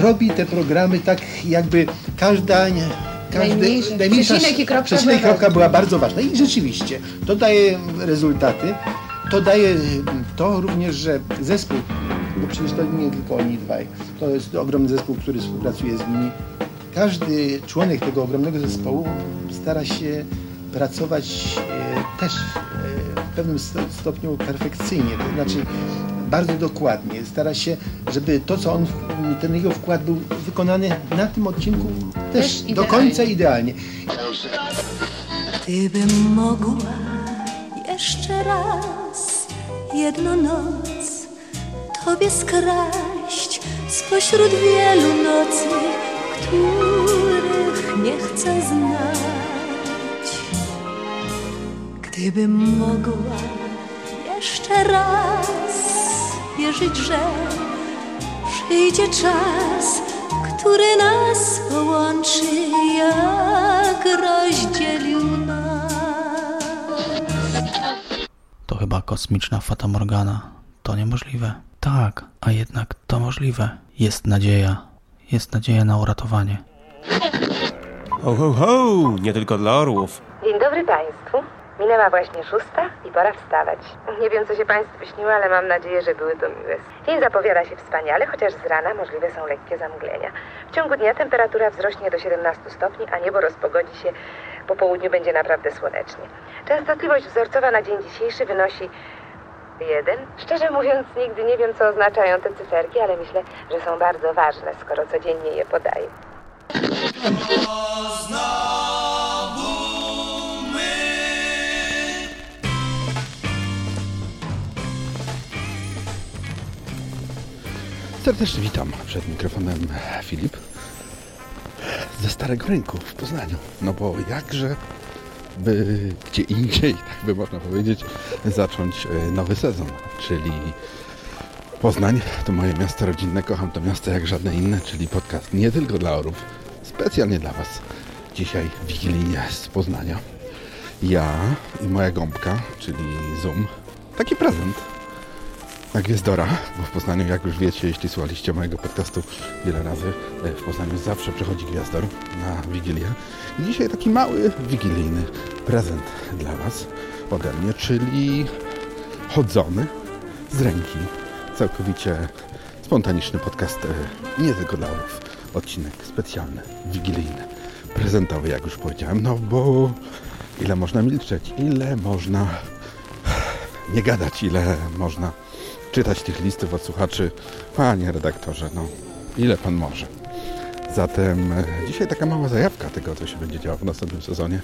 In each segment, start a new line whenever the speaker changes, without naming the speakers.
robi te programy tak jakby najmniejsza przecinek i kropka była bardzo ważna. I rzeczywiście to daje rezultaty. To daje to również, że zespół, bo przecież to nie tylko oni dwaj, to jest ogromny zespół, który współpracuje z nimi. Każdy członek tego ogromnego zespołu stara się pracować też w pewnym stopniu perfekcyjnie, to znaczy bardzo dokładnie. Stara się, żeby to, co ten jego wkład był wykonany na tym odcinku też do końca idealnie.
Gdybym mogła jeszcze raz jedną noc Tobie skraść spośród wielu nocy, których nie chcę znać. Gdybym mogła jeszcze raz wierzyć, że przyjdzie czas, który nas połączy, jak rozdzielił nas.
To chyba kosmiczna fatamorgana. To niemożliwe. Tak, a jednak to możliwe. Jest nadzieja. Jest nadzieja na uratowanie.
Ho, ho, ho! Nie tylko dla orłów.
Dzień dobry Państwu. Minęła właśnie 6 i pora wstawać. Nie wiem, co się Państwu śniło, ale mam nadzieję, że były to miłe. Dzień zapowiada się wspaniale, chociaż z rana możliwe są lekkie zamglenia. W ciągu dnia temperatura wzrośnie do 17 stopni, a niebo rozpogodzi się. Po południu będzie naprawdę słonecznie. Częstotliwość wzorcowa na dzień dzisiejszy wynosi 1. Szczerze mówiąc, nigdy nie wiem, co oznaczają te cyferki, ale myślę, że są bardzo ważne, skoro codziennie je podaję.
Serdecznie witam, przed mikrofonem Filip ze Starego Rynku w Poznaniu. No bo jakże by gdzie indziej, tak by można powiedzieć, zacząć nowy sezon, czyli Poznań to moje miasto rodzinne, kocham to miasto jak żadne inne, czyli podcast nie tylko dla orłów, specjalnie dla Was. Dzisiaj wigilijnie z Poznania. Ja i moja gąbka, czyli Zoom, taki prezent. Na Gwiezdora, bo w Poznaniu, jak już wiecie, jeśli słuchaliście mojego podcastu wiele razy, w Poznaniu zawsze przychodzi Gwiazdor na Wigilię. I dzisiaj taki mały, wigilijny prezent dla Was ode mnie, czyli chodzony z ręki, całkowicie spontaniczny podcast, nie tylko dla orłów, odcinek specjalny, wigilijny, prezentowy, jak już powiedziałem, no bo ile można milczeć, ile można nie gadać, ile można czytać tych listów od słuchaczy. Panie redaktorze, no ile pan może? Zatem dzisiaj taka mała zajawka tego, co się będzie działo w następnym sezonie.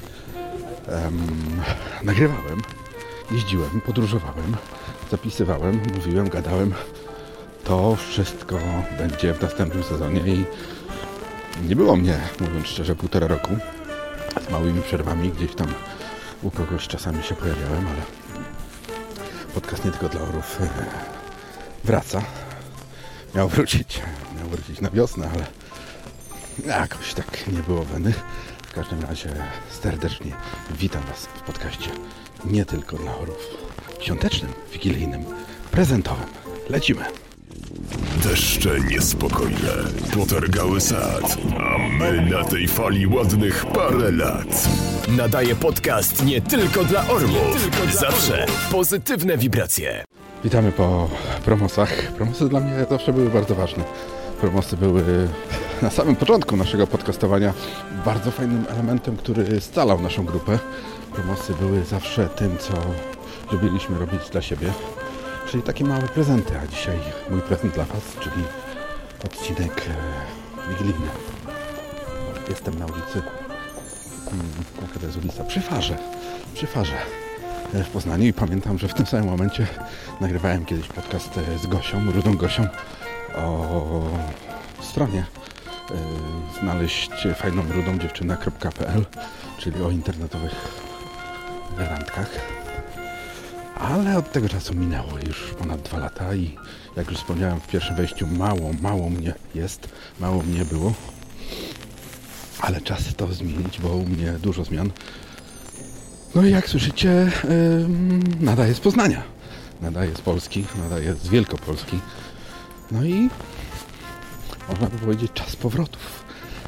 Nagrywałem, jeździłem, podróżowałem, zapisywałem, mówiłem, gadałem. To wszystko będzie w następnym sezonie i nie było mnie, mówiąc szczerze, 1,5 roku. Z małymi przerwami gdzieś tam u kogoś czasami się pojawiałem, ale podcast nie tylko dla orłów wraca. Miał wrócić na wiosnę, ale jakoś tak nie było weny. W każdym razie serdecznie witam Was w podcaście nie tylko dla orłów. Świątecznym, wigilijnym, prezentowym. Lecimy!
Deszcze niespokojne potargały sad, a my na tej fali ładnych parę lat.
Nadaje podcast nie tylko dla orłów. Zawsze pozytywne wibracje.
Witamy po promosach. Promosy dla mnie zawsze były bardzo ważne. Promosy były na samym początku naszego podcastowania bardzo fajnym elementem, który scalał naszą grupę. Promosy były zawsze tym, co lubiliśmy robić dla siebie. Czyli takie małe prezenty, a dzisiaj mój prezent dla Was, czyli odcinek wigilijny. Jestem na ulicy, jaka to jest ulica? Przy Farze w Poznaniu i pamiętam, że w tym samym momencie nagrywałem kiedyś podcast z Gosią, Rudą Gosią o stronie znaleźć fajną rudą dziewczynę.pl, czyli o internetowych randkach. Ale od tego czasu minęło już ponad 2 lata i jak już wspomniałem w pierwszym wejściu, mało mnie jest, mało mnie było. Ale czas to zmienić, bo u mnie dużo zmian. No i jak słyszycie, nadaję z Poznania, nadaję z Polski, nadaję z Wielkopolski. No i można by powiedzieć, czas powrotów.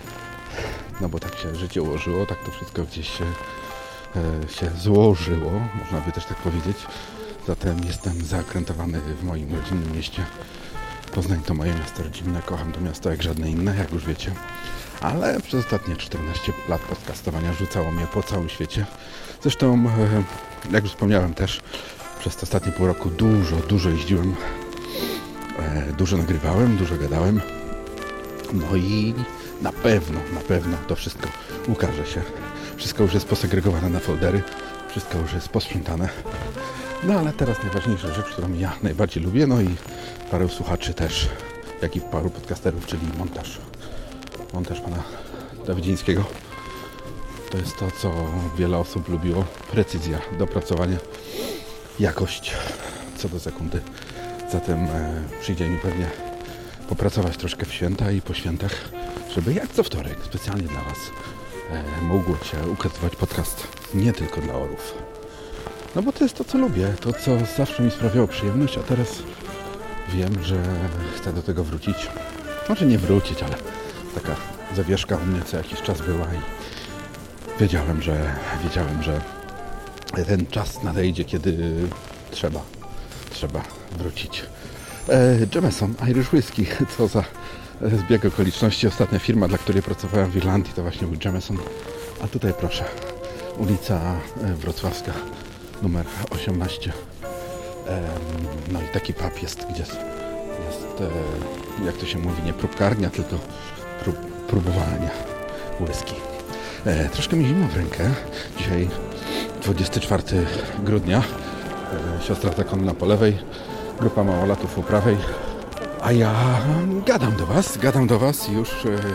No bo tak się życie ułożyło, tak to wszystko gdzieś się złożyło, można by też tak powiedzieć. Zatem jestem zakrętowany w moim rodzinnym mieście. Poznań to moje miasto rodzinne, kocham to miasto jak żadne inne, jak już wiecie. Ale przez ostatnie 14 lat podcastowania rzucało mnie po całym świecie. Zresztą, jak już wspomniałem też, przez te ostatnie pół roku dużo jeździłem, dużo nagrywałem, dużo gadałem. No i na pewno to wszystko ukaże się. Wszystko już jest posegregowane na foldery, wszystko już jest posprzątane. No ale teraz najważniejsza rzecz, którą ja najbardziej lubię, no i paru słuchaczy też, jak i paru podcasterów, czyli montaż. Montaż pana Dawidzińskiego. To jest to, co wiele osób lubiło. Precyzja, dopracowanie, jakość co do sekundy. Zatem przyjdzie mi pewnie popracować troszkę w święta i po świętach, żeby jak co wtorek specjalnie dla Was mógł się ukazywać podcast nie tylko dla orów. No bo to jest to, co lubię, to, co zawsze mi sprawiało przyjemność, a teraz wiem, że chcę do tego wrócić. Może nie wrócić, ale taka zawieszka u mnie co jakiś czas była i wiedziałem, że ten czas nadejdzie, kiedy trzeba wrócić. Jameson Irish Whiskey, co za zbieg okoliczności. Ostatnia firma, dla której pracowałem w Irlandii, to właśnie był Jameson. A tutaj proszę, ulica Wrocławska, numer 18. No i taki pub jest, gdzie jest jak to się mówi, nie próbkarnia, tylko próbowania whisky. Troszkę mi zimno w rękę. Dzisiaj 24 grudnia. Siostra zakonna po lewej, grupa małolatów po prawej. A ja gadam do Was już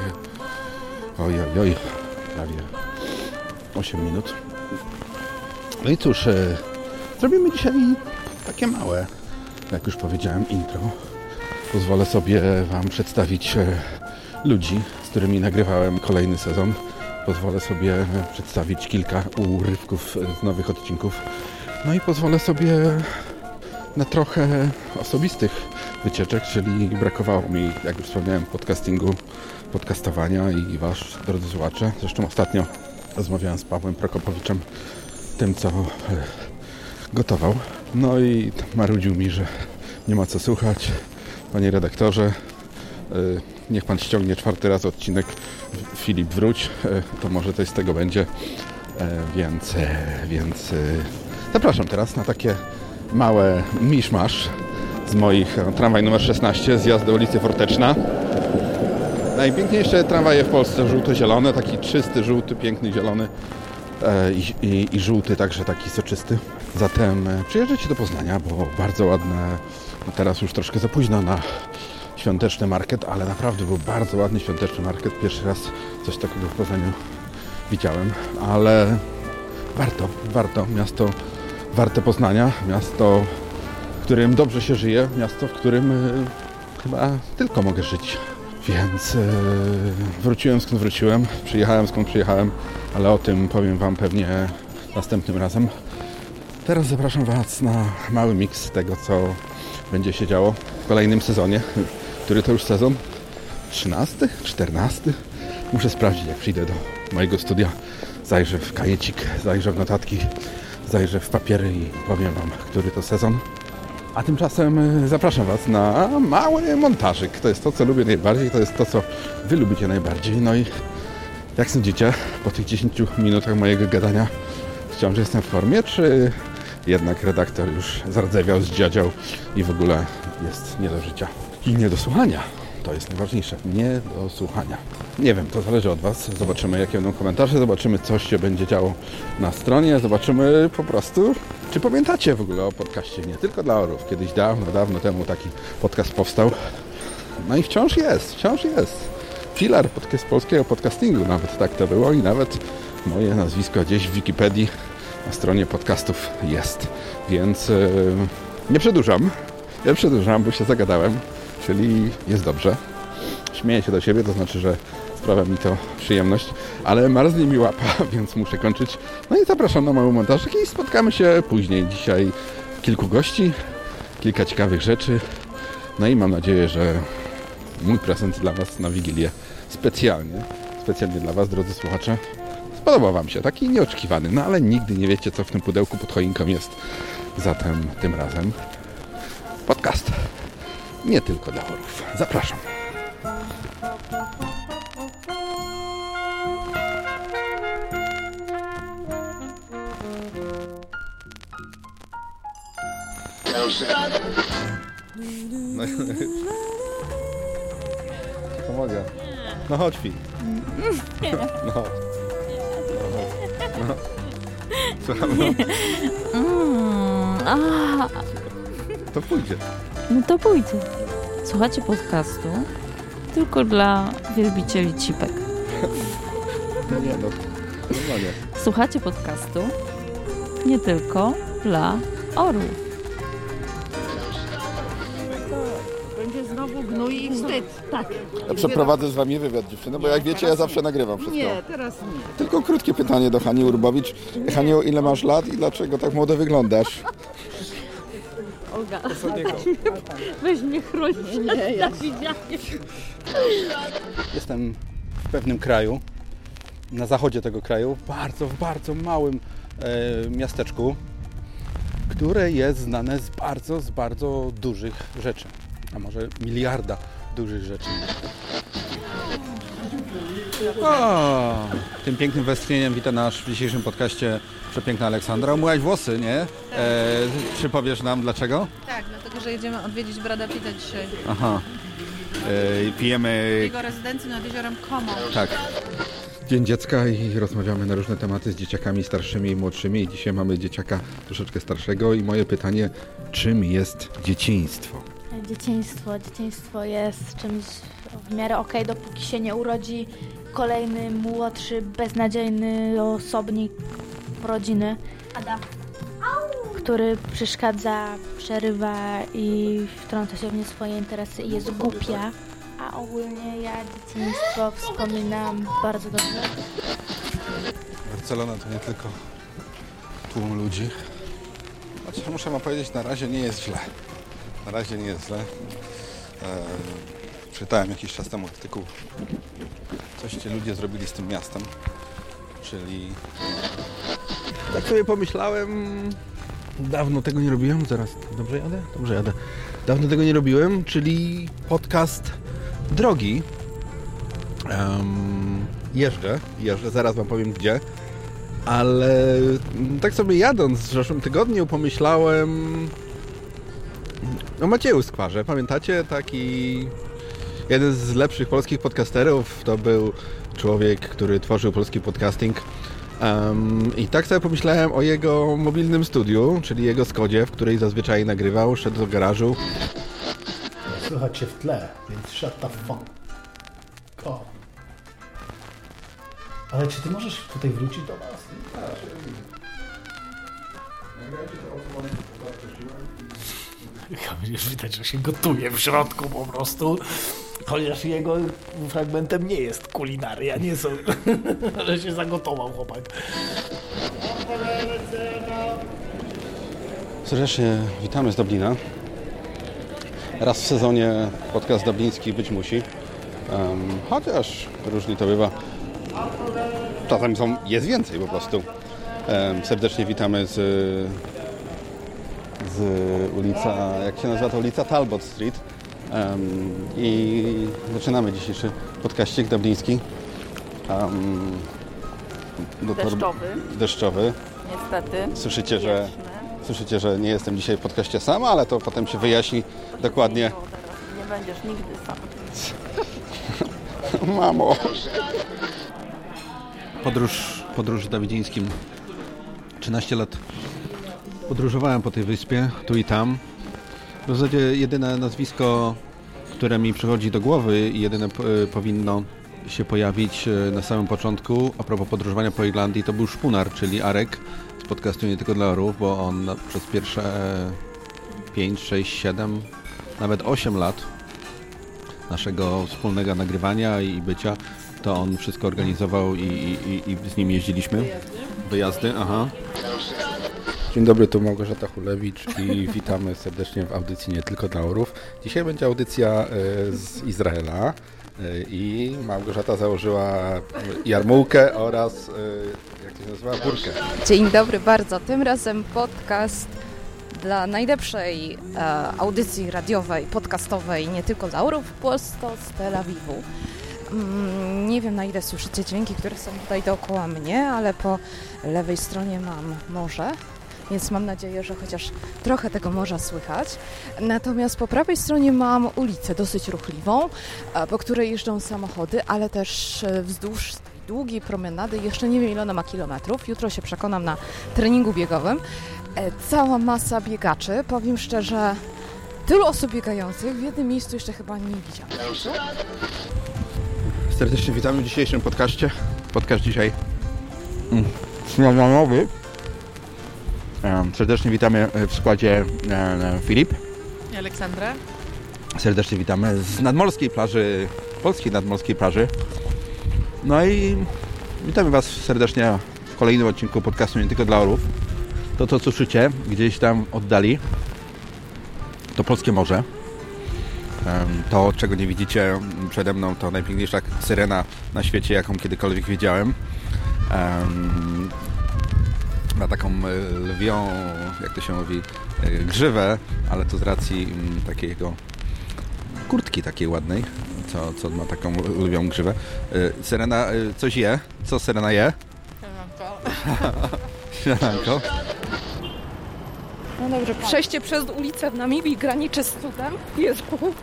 prawie 8 minut. No i cóż, zrobimy dzisiaj takie małe, jak już powiedziałem, intro. Pozwolę sobie Wam przedstawić ludzi, z którymi nagrywałem kolejny sezon. Pozwolę sobie przedstawić kilka urywków z nowych odcinków. No i pozwolę sobie na trochę osobistych wycieczek, czyli brakowało mi, jak już wspomniałem, podcastowania i Was, drodzy słuchacze. Zresztą ostatnio rozmawiałem z Pawłem Prokopowiczem, tym, co gotował. No i marudził mi, że nie ma co słuchać. Panie redaktorze, niech Pan ściągnie 4. raz odcinek Filip wróć, to może coś z tego będzie. Więc zapraszam teraz na takie małe miszmasz z moich tramwaj numer 16, zjazd do ulicy Forteczna. Najpiękniejsze tramwaje w Polsce, żółto-zielone, taki czysty, żółty, piękny, zielony i żółty, także taki soczysty. Zatem przyjeżdżajcie do Poznania, bo bardzo ładne, no teraz już troszkę za późno na świąteczny market, ale naprawdę był bardzo ładny świąteczny market. Pierwszy raz coś takiego w Poznaniu widziałem, ale warto, miasto warte Poznania, miasto, w którym dobrze się żyje, miasto, w którym chyba tylko mogę żyć. Więc wróciłem skąd wróciłem, przyjechałem skąd przyjechałem, ale o tym powiem Wam pewnie następnym razem. Teraz zapraszam Was na mały miks tego, co będzie się działo w kolejnym sezonie, który to już sezon 13, 14. Muszę sprawdzić, jak przyjdę do mojego studia, zajrzę w kajecik, zajrzę w notatki, zajrzę w papiery i powiem Wam, który to sezon. A tymczasem zapraszam Was na mały montażyk. To jest to, co lubię najbardziej, to jest to, co Wy lubicie najbardziej. No i jak sądzicie, po tych 10 minutach mojego gadania wciąż jestem w formie, czy jednak redaktor już zardzewiał, zdziadział i w ogóle jest nie do życia i nie do słuchania. To jest najważniejsze. Nie do słuchania. Nie wiem, to zależy od Was. Zobaczymy, jakie będą komentarze, zobaczymy, co się będzie działo na stronie, zobaczymy po prostu, czy pamiętacie w ogóle o podcaście Nie tylko dla orów. Kiedyś dawno temu taki podcast powstał. No i wciąż jest. Filar polskiego podcastingu, nawet tak to było i nawet moje nazwisko gdzieś w Wikipedii na stronie podcastów jest. Więc nie przedłużam, bo się zagadałem, czyli jest dobrze. Śmieję się do siebie, to znaczy, że sprawia mi to przyjemność, ale marznie mi łapa, więc muszę kończyć. No i zapraszam na mały montażyk i spotkamy się później. Dzisiaj kilku gości, kilka ciekawych rzeczy. No i mam nadzieję, że mój prezent dla Was na Wigilię. Specjalnie dla Was, drodzy słuchacze. Spodobał Wam się, taki nieoczekiwany, no ale nigdy nie wiecie, co w tym pudełku pod choinką jest. Zatem tym razem podcast nie tylko dla orłów. Zapraszam. No, pomogę. No chodź, Fi. No chodź. No. Słuchamy. To pójdzie.
No to pójdzie. Słuchacie podcastu tylko dla wielbicieli cipek.
Nie, no normalnie.
Słuchacie podcastu nie tylko dla orłów.
Będzie znowu gnój i wstyd. Tak.
Ja przeprowadzę z Wami wywiad, dziewczyny, bo jak wiecie, ja zawsze nagrywam wszystko.
Nie, teraz nie.
Tylko krótkie pytanie do Hani Urbowicz. Haniu, ile masz lat i dlaczego tak młodo wyglądasz?
Olga, weź mnie chronić. Nie, ja widziałem.
Jestem w pewnym kraju, na zachodzie tego kraju, w bardzo małym miasteczku, które jest znane z bardzo dużych rzeczy, a może miliarda dużych rzeczy. O, tym pięknym westchnieniem wita nasz w dzisiejszym podcaście przepiękna Aleksandra. Umyłaś włosy, nie? Czy powiesz nam dlaczego?
Tak, dlatego, że jedziemy odwiedzić Brada Pitta dzisiaj.
Aha. Pijemy...
W jego rezydencji nad jeziorem Como.
Tak. Dzień dziecka i rozmawiamy na różne tematy z dzieciakami starszymi i młodszymi. I dzisiaj mamy dzieciaka troszeczkę starszego i moje pytanie, czym jest dzieciństwo?
Dzieciństwo jest czymś w miarę okej, dopóki się nie urodzi kolejny, młodszy, beznadziejny osobnik rodziny, który przeszkadza, przerywa i wtrąca się w nie swoje interesy i jest głupia. A ogólnie ja dzieciństwo wspominam bardzo dobrze.
Barcelona to nie tylko tłum ludzi. Chociaż muszę wam powiedzieć, na razie nie jest źle. Czytałem jakiś czas temu artykuł, coś ci ludzie zrobili z tym miastem. Czyli... Tak sobie pomyślałem, dawno tego nie robiłem, zaraz, dobrze jadę. Dawno tego nie robiłem, czyli podcast drogi. Jeżdżę, zaraz wam powiem gdzie, ale tak sobie jadąc w zeszłym tygodniu pomyślałem o Macieju Skwarze. Pamiętacie? Taki jeden z lepszych polskich podcasterów, to był człowiek, który tworzył polski podcasting. I tak sobie pomyślałem o jego mobilnym studiu, czyli jego Skodzie, w której zazwyczaj nagrywał, szedł do garażu.
Słychać cię w tle, więc shut the fuck up. Ale czy ty możesz tutaj wrócić do nas?
Już widać, że się gotuje w środku po prostu. Chociaż jego fragmentem nie jest kulinaria, nie są, że się zagotował chłopak.
Serdecznie witamy z Dublina. Raz w sezonie podcast dubliński być musi. Chociaż różnie to bywa. Czasem jest więcej po prostu. Serdecznie witamy z ulica, jak się nazywa to ulica? Talbot Street. I zaczynamy dzisiejszy podcaścik dubliński. Deszczowy.
Niestety.
Słyszycie, że nie jestem dzisiaj w podcaście sam, ale to potem się wyjaśni dokładnie.
Nie będziesz nigdy sam.
Mamo. Podróż dawidzińskim. 13 lat podróżowałem po tej wyspie, tu i tam. W zasadzie jedyne nazwisko, które mi przychodzi do głowy i jedyne powinno się pojawić na samym początku a propos podróżowania po Irlandii, to był Szpunar, czyli Arek z podcastu Nie Tylko dla Orłów, bo on przez pierwsze 5, 6, 7, nawet 8 lat naszego wspólnego nagrywania i bycia, to on wszystko organizował i z nim jeździliśmy. Wyjazdy, aha. Dzień dobry, tu Małgorzata Hulewicz i witamy serdecznie w audycji Nie Tylko dla Orów. Dzisiaj będzie audycja z Izraela i Małgorzata założyła jarmułkę oraz, jak to się nazywa, burkę.
Dzień dobry bardzo. Tym razem podcast dla najlepszej audycji radiowej, podcastowej Nie Tylko dla Orów, prosto z Tel Awiwu. Nie wiem, na ile słyszycie dźwięki, które są tutaj dookoła mnie, ale po lewej stronie mam morze, więc mam nadzieję, że chociaż trochę tego morza słychać. Natomiast po prawej stronie mam ulicę dosyć ruchliwą, po której jeżdżą samochody, ale też wzdłuż tej długiej promenady, jeszcze nie wiem ile ona ma kilometrów, jutro się przekonam na treningu biegowym, cała masa biegaczy. Powiem szczerze, tylu osób biegających w jednym miejscu jeszcze chyba nie widziałam.
Serdecznie witamy w dzisiejszym podcaście. Podcast dzisiaj śniadaniowy. Serdecznie witamy w składzie Filip
i Aleksandra. Serdecznie witamy
z nadmorskiej plaży, polskiej nadmorskiej plaży. No i witamy Was serdecznie w kolejnym odcinku podcastu Nie Tylko dla Orów. To, co słyszycie gdzieś tam oddali, to polskie morze. To, czego nie widzicie przede mną, to najpiękniejsza syrena na świecie, jaką kiedykolwiek widziałem. Ma taką lwią, jak to się mówi, grzywę, ale to z racji takiego kurtki takiej ładnej, co ma taką lwią grzywę. Syrena coś je. Co syrena je? Śniadanko.
No dobrze, przejście przez ulicę w Namibii graniczy z cudem. Jezu.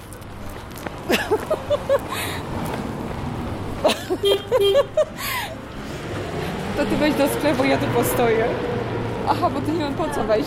To ty wejdź do sklepu, ja tu postoję. Aha, bo ty nie mam po co wejść.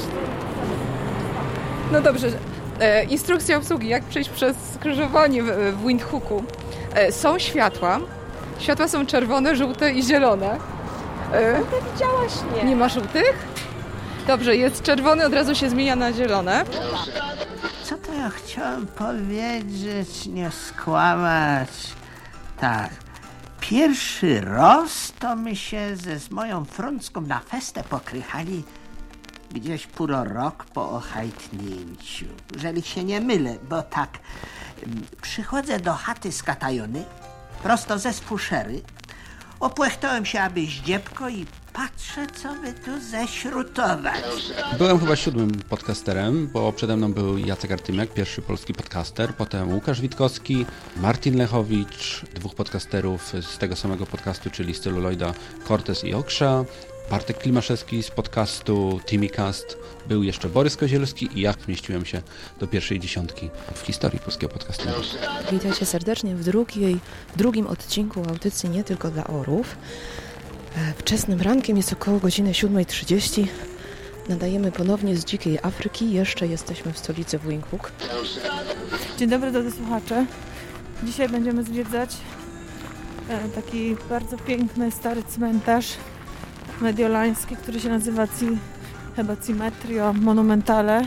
No dobrze, instrukcja obsługi, jak przejść przez skrzyżowanie w Windhooku. Są światła. Światła są czerwone, żółte i zielone.
Żółte widziałaś? Nie.
Nie ma żółtych? Dobrze, jest czerwony, od razu się zmienia na zielone.
Co to ja chciałem powiedzieć, nie skłamać. Tak, pierwszy raz to my się z moją frącką na festę pokrychali gdzieś rok po ochajtnięciu. Jeżeli się nie mylę, bo tak, przychodzę do chaty z Katajony, prosto ze Spuszery, opłechtałem się, aby zdziebko i patrzę, co by tu ześrutować.
Byłem chyba 7. podcasterem, bo przede mną był Jacek Artymiak, pierwszy polski podcaster, potem Łukasz Witkowski, Martin Lechowicz, 2 podcasterów z tego samego podcastu, czyli z celuloida Cortez i Oksza, Bartek Klimaszewski z podcastu Timicast, był jeszcze Borys Kozielski i ja zmieściłem się do pierwszej 10 w historii polskiego podcastu.
Witajcie serdecznie w drugim odcinku audycji Nie Tylko dla Orów. Wczesnym rankiem jest około godziny 7:30. Nadajemy ponownie z dzikiej Afryki. Jeszcze jesteśmy w stolicy Windhoek.
Dzień dobry drodzy słuchacze. Dzisiaj będziemy zwiedzać taki bardzo piękny, stary cmentarz mediolański, który się nazywa Cimetrio Monumentale.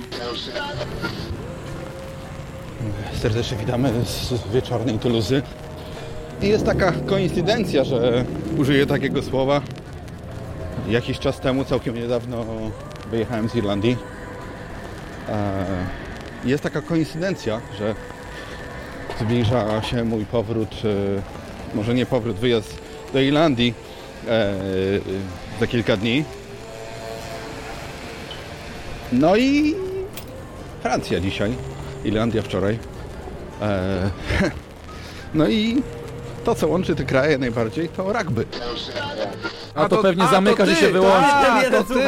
Serdecznie witamy z wieczornej Tuluzy. I jest taka koincydencja, że użyję takiego słowa. Jakiś czas temu, całkiem niedawno, wyjechałem z Irlandii. Jest taka koincydencja, że zbliża się mój powrót, może nie powrót, wyjazd do Irlandii za kilka dni. No i Francja dzisiaj, Irlandia wczoraj. No i to, co łączy te kraje najbardziej, to rugby.
A to pewnie zamyka, że się wyłączy.
To ty!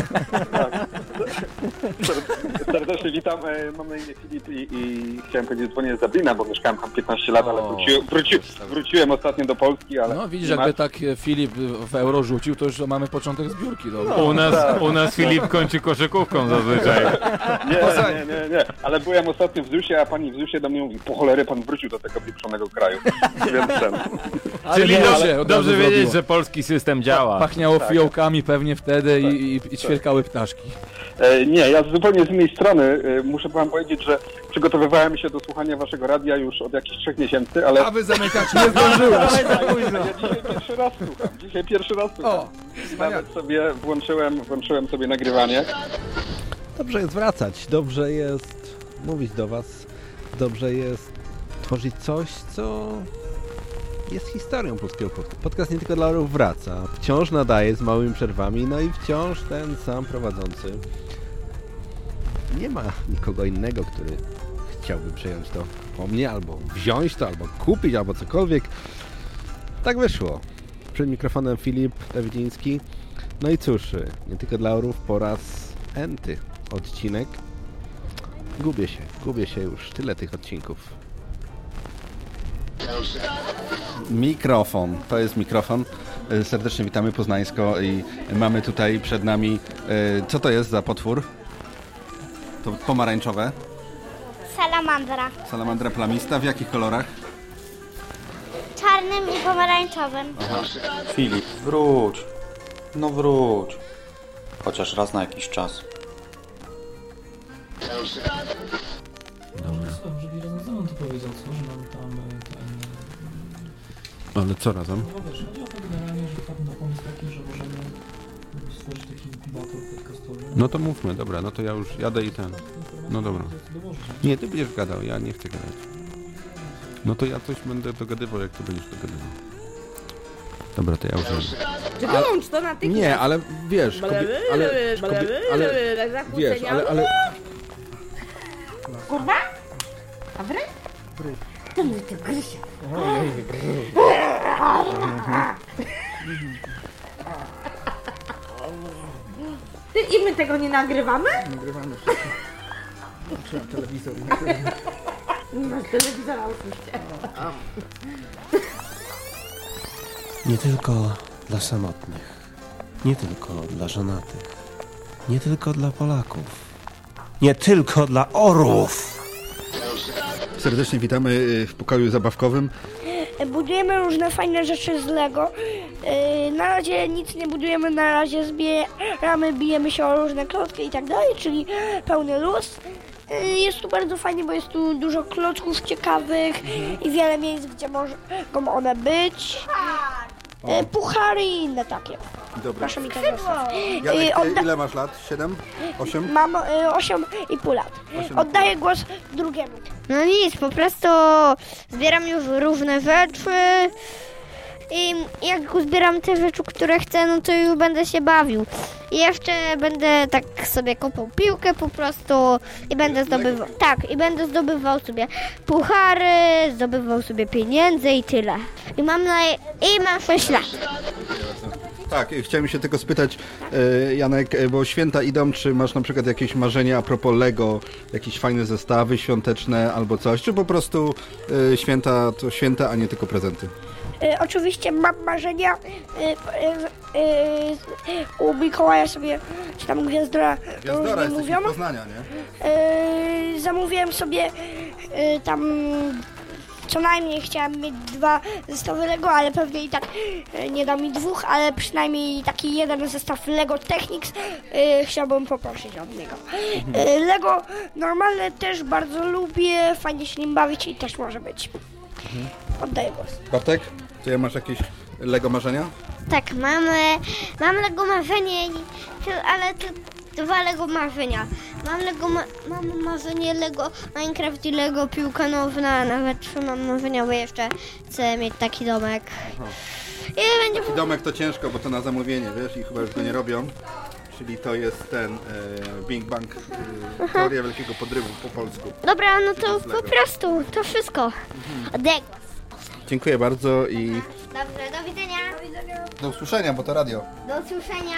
Serdecznie witam, mam na imię Filip i chciałem powiedzieć, dzwonię z Dublina, bo mieszkałem tam 15 lat, ale wróciłem ostatnio do Polski, ale...
No widzisz, jakby tak Filip w euro rzucił, to już mamy początek zbiórki.
U nas Filip kończy koszykówką zazwyczaj.
Nie, ale byłem ostatnio w ZUS-ie, a pani w ZUS-ie do mnie mówi, po cholery pan wrócił do tego pieprzonego kraju. Więc
Czyli dobrze wiedzieć, że polski system działa.
Pachniało fiołkami pewnie wtedy i ćwierkały ptaszki.
Nie, ja zupełnie z innej strony muszę wam powiedzieć, że przygotowywałem się do słuchania waszego radia już od jakichś 3 miesięcy, ale...
A wy zamykacie, nie zdążyłeś.
Ja dzisiaj pierwszy raz słucham. Nawet sobie włączyłem sobie nagrywanie.
Dobrze jest wracać, dobrze jest mówić do was, dobrze jest tworzyć coś, co jest historią polskiego podcastu. Podcast Nie Tylko dla Orłów wraca, wciąż nadaje z małymi przerwami, no i wciąż ten sam prowadzący. Nie ma nikogo innego, który chciałby przejąć to po mnie, albo wziąć to, albo kupić, albo cokolwiek. Tak wyszło. Przed mikrofonem Filip Dawidziński. No i cóż, Nie Tylko dla Orłów po raz enty odcinek. Gubię się już. Tyle tych odcinków. Mikrofon. To jest mikrofon. Serdecznie witamy Poznańsko i mamy tutaj przed nami... Co to jest za potwór? To pomarańczowe.
Salamandra.
Salamandra plamista. W jakich kolorach?
Czarnym i pomarańczowym.
Aha.
Filip, wróć. No wróć. Chociaż raz na jakiś czas.
Dobra. Żeby razem ze mną to powiedział, co? Że mam tam ten...
Ale co razem?
No wiesz, chodzi o to generalnie, że wpadł na pomysł taki, że możemy stworzyć taki inkubator podcastowy.
No to mówmy, dobra, no to ja już jadę i ten. No dobra. Nie, ty będziesz gadał, ja nie chcę gadać. No to ja coś będę dogadywał, jak ty będziesz dogadywał. Dobra, to ja już jadę.
Wyłącz to natychmiast.
Nie, ale wiesz, wiesz, ale...
Kurwa? A wry? To nie ty Grysia. Ty i my tego nie nagrywamy?
Nagrywamy. Trzeba telewizor.
Masz telewizora, oczywiście.
Nie tylko dla samotnych, nie tylko dla żonatych, nie tylko dla Polaków, nie tylko dla orłów.
Serdecznie witamy w pokoju zabawkowym.
Budujemy różne fajne rzeczy z Lego. Na razie nic nie budujemy, na razie zbieramy, bijemy się o różne klocki i tak dalej, czyli pełny luz. Jest tu bardzo fajnie, bo jest tu dużo klocków ciekawych i wiele miejsc, gdzie mogą one być. Puchary i inne takie.
Dobra.
Proszę mi teraz.
Janek, ile masz lat? 7? 8?
Mam 8,5 lat. Oddaję głos drugiemu.
No nic, po prostu zbieram już różne rzeczy i jak uzbieram te rzeczy, które chcę, no to już będę się bawił. I jeszcze będę tak sobie kopał piłkę po prostu i będę zdobywał, tak, i będę zdobywał sobie puchary, zdobywał sobie pieniądze i tyle. I mam 6 lat.
Tak, chciałem się tylko spytać, Janek, bo święta idą, czy masz na przykład jakieś marzenia a propos Lego, jakieś fajne zestawy świąteczne albo coś, czy po prostu święta to święta, a nie tylko prezenty?
Oczywiście mam marzenia. U Mikołaja sobie, czy tam Gwiazdora
jesteś
mówią.
z Poznania, nie?
Zamówiłem sobie tam co najmniej chciałem mieć 2 zestawy Lego, ale pewnie i tak nie da mi 2, ale przynajmniej taki jeden zestaw Lego Technics chciałbym poprosić od niego. Lego normalne też bardzo lubię, fajnie się nim bawić i też może być. Oddaję głos.
Bartek, ty masz jakieś Lego marzenia?
Tak, mam Lego marzenie, ale to 2 Lego marzenia. Mam marzenie Lego Minecraft i Lego piłka nożna, nawet 3 mam marzenia, bo jeszcze chcę mieć taki domek.
Taki domek to ciężko, bo to na zamówienie, wiesz, i chyba już go nie robią. Czyli to jest ten Bing Bang, teoria wielkiego podrywu po polsku.
Dobra, no to po prostu, to wszystko. Oddaję głos.
Dziękuję bardzo i...
Dobrze, do widzenia.
Do usłyszenia, bo to radio.
Do usłyszenia.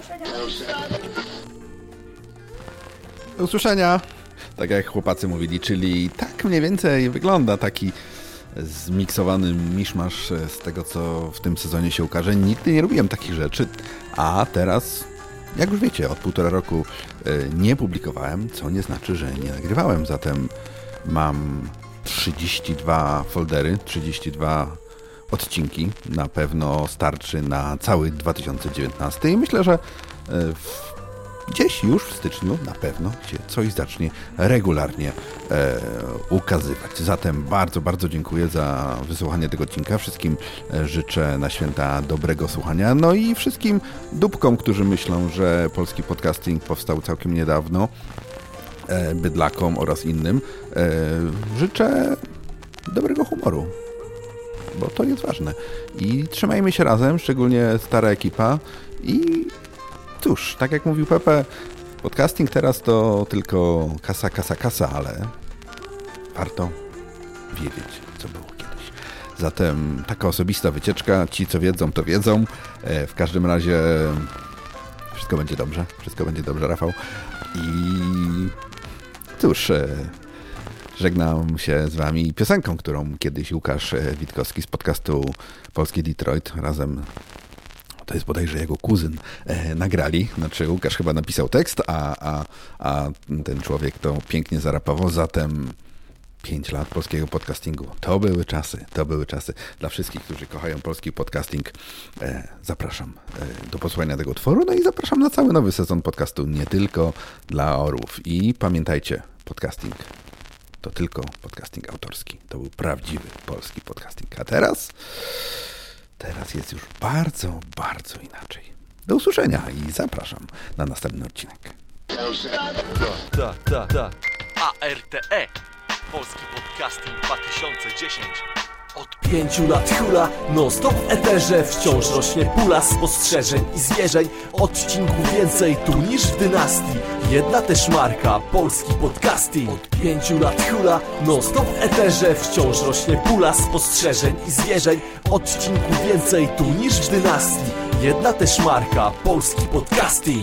Do usłyszenia. Tak jak chłopacy mówili, czyli tak mniej więcej wygląda taki zmiksowany miszmasz z tego, co w tym sezonie się ukaże. Nigdy nie robiłem takich rzeczy, a teraz, jak już wiecie, od 1,5 roku nie publikowałem, co nie znaczy, że nie nagrywałem. Zatem mam 32 foldery, 32 odcinki. Na pewno starczy na cały 2019 i myślę, że gdzieś już w styczniu na pewno się coś zacznie regularnie ukazywać. Zatem bardzo, bardzo dziękuję za wysłuchanie tego odcinka. Wszystkim życzę na święta dobrego słuchania. No i wszystkim dupkom, którzy myślą, że polski podcasting powstał całkiem niedawno, bydlakom oraz innym, życzę dobrego humoru, bo to jest ważne. I trzymajmy się razem, szczególnie stara ekipa. I cóż, tak jak mówił Pepe, podcasting teraz to tylko kasa, ale warto wiedzieć, co było kiedyś. Zatem taka osobista wycieczka, ci co wiedzą, to wiedzą. W każdym razie wszystko będzie dobrze, Rafał. I cóż, żegnam się z wami piosenką, którą kiedyś Łukasz Witkowski z podcastu Polski Detroit razem, to jest bodajże jego kuzyn, nagrali. Znaczy Łukasz chyba napisał tekst, a ten człowiek to pięknie zarapował. Zatem 5 lat polskiego podcastingu. To były czasy. Dla wszystkich, którzy kochają polski podcasting, zapraszam do posłuchania tego utworu. No i zapraszam na cały nowy sezon podcastu Nie tylko dla orłów. I pamiętajcie, podcasting to tylko podcasting autorski. To był prawdziwy polski podcasting. A teraz jest już bardzo, bardzo inaczej. Do usłyszenia i zapraszam na następny odcinek.
ARTE Polski Podcasting 2010. Od 5 lat hula, non-stop w eterze wciąż rośnie pula spostrzeżeń i zwierzeń. Odcinków więcej tu niż w dynastii. Jedna też marka, Polski Podcasting. Od 5 lat hula, non-stop w eterze wciąż rośnie pula spostrzeżeń i zwierzeń. Odcinków więcej tu niż w dynastii. Jedna też marka, Polski Podcasting.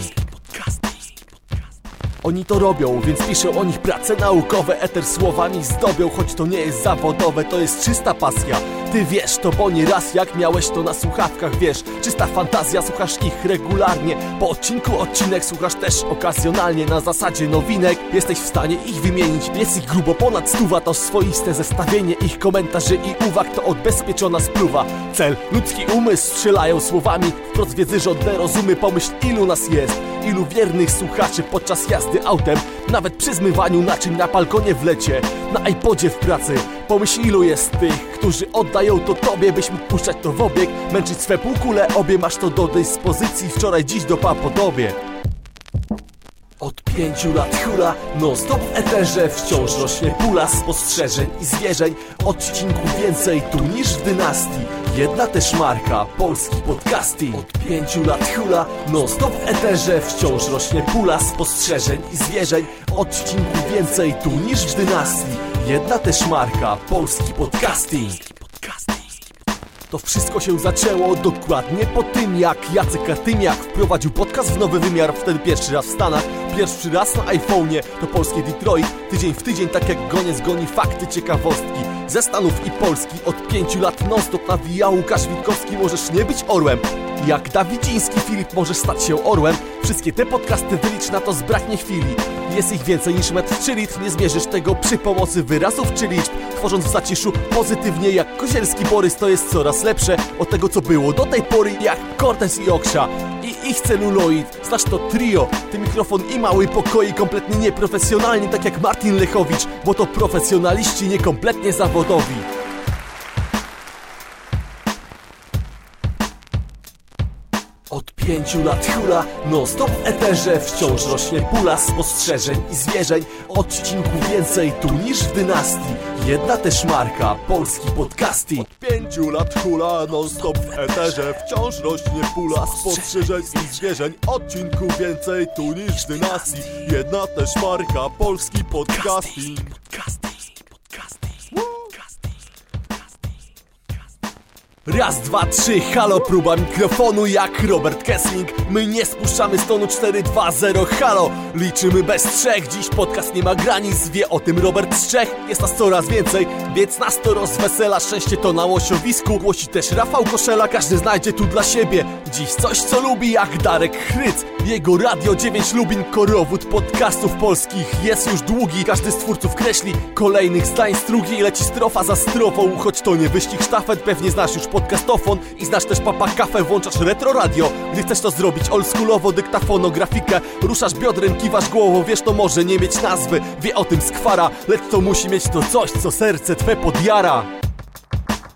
Oni to robią, więc piszą o nich prace naukowe. Eter słowami zdobią, choć to nie jest zawodowe, to jest czysta pasja. Ty wiesz to, bo nie raz jak miałeś to na słuchawkach, wiesz. Czysta fantazja, słuchasz ich regularnie. Po odcinku odcinek słuchasz też okazjonalnie. Na zasadzie nowinek jesteś w stanie ich wymienić. Jest ich grubo ponad 100, to swoiste zestawienie ich komentarzy i uwag, to odbezpieczona spluwa. Cel, ludzki umysł, strzelają słowami wprost wiedzy żądne rozumy. Pomyśl, ilu nas jest, ilu wiernych słuchaczy podczas jazdy autem, nawet przy zmywaniu naczyń na balkonie w lecie, na iPodzie w pracy. Pomyśl, ilu jest tych, którzy oddają to tobie, byś mógł puszczać to w obieg, męczyć swe półkule, obie masz to do dyspozycji, wczoraj, dziś dopa po dobie. Od 5 lat hula, non-stop w eterze wciąż rośnie pula spostrzeżeń i zwierzeń. Odcinków więcej tu niż w dynastii. Jedna też marka, Polski Podcasting. Od 5 lat hula, non-stop w eterze wciąż rośnie pula spostrzeżeń i zwierzeń. Odcinków więcej tu niż w dynastii. Jedna też marka, Polski Podcasting. To wszystko się zaczęło dokładnie po tym, jak Jacek Artymiak wprowadził podcast w nowy wymiar. Wtedy pierwszy raz w Stanach, pierwszy raz na iPhone'ie. To polskie Detroit, tydzień w tydzień, tak jak goniec goni fakty, ciekawostki ze Stanów i Polski. Od 5 lat non-stop nawija Łukasz Witkowski. Możesz nie być orłem, jak Dawidziński Filip, możesz stać się orłem. Wszystkie te podcasty wylicz, na to zbraknie chwili. Jest ich więcej niż metr czy litr. Nie zmierzysz tego przy pomocy wyrazów czy liczb. Tworząc w zaciszu pozytywnie jak Kozielski Borys. To jest coraz lepsze od tego, co było do tej pory, jak Cortez i Oksza i ich celuloid. Znasz to trio, ty mikrofon i mały pokoi. Kompletnie nieprofesjonalnie, tak jak Martin Lechowicz, bo to profesjonaliści niekompletnie zawodowi. Od 5 lat hula, non-stop w eterze wciąż rośnie pula spostrzeżeń i zwierzeń. Odcinków więcej tu niż w dynastii. Jedna też marka, Polski Podcasting. Od 5 lat hula, non-stop w eterze wciąż rośnie pula spostrzeżeń i zwierzeń. Odcinków więcej tu niż w dynastii. Jedna też marka, Polski Podcasting. Raz, dwa, trzy, halo, próba mikrofonu jak Robert Kessling. My nie spuszczamy z tonu 4, 2, 0, halo. Liczymy bez trzech, dziś podcast nie ma granic. Wie o tym Robert z Czech, jest nas coraz więcej, więc nas to rozwesela. Szczęście to na łosiowisku, głosi też Rafał Koszela. Każdy znajdzie tu dla siebie dziś coś, co lubi, jak Darek Chryc. Jego Radio 9 Lubin, korowód podcastów polskich jest już długi. Każdy z twórców kreśli kolejnych zdań strugi i leci strofa za strofą. Choć to nie wyścig sztafet, pewnie znasz już podcastofon i znasz też Papa Cafe, włączasz retro radio. Gdy chcesz to zrobić oldschoolowo, dyktafono, grafikę, ruszasz biodrem, kiwasz głową, wiesz to może nie mieć nazwy, wie o tym skwara, lecz to musi mieć to coś, co serce twe podjara.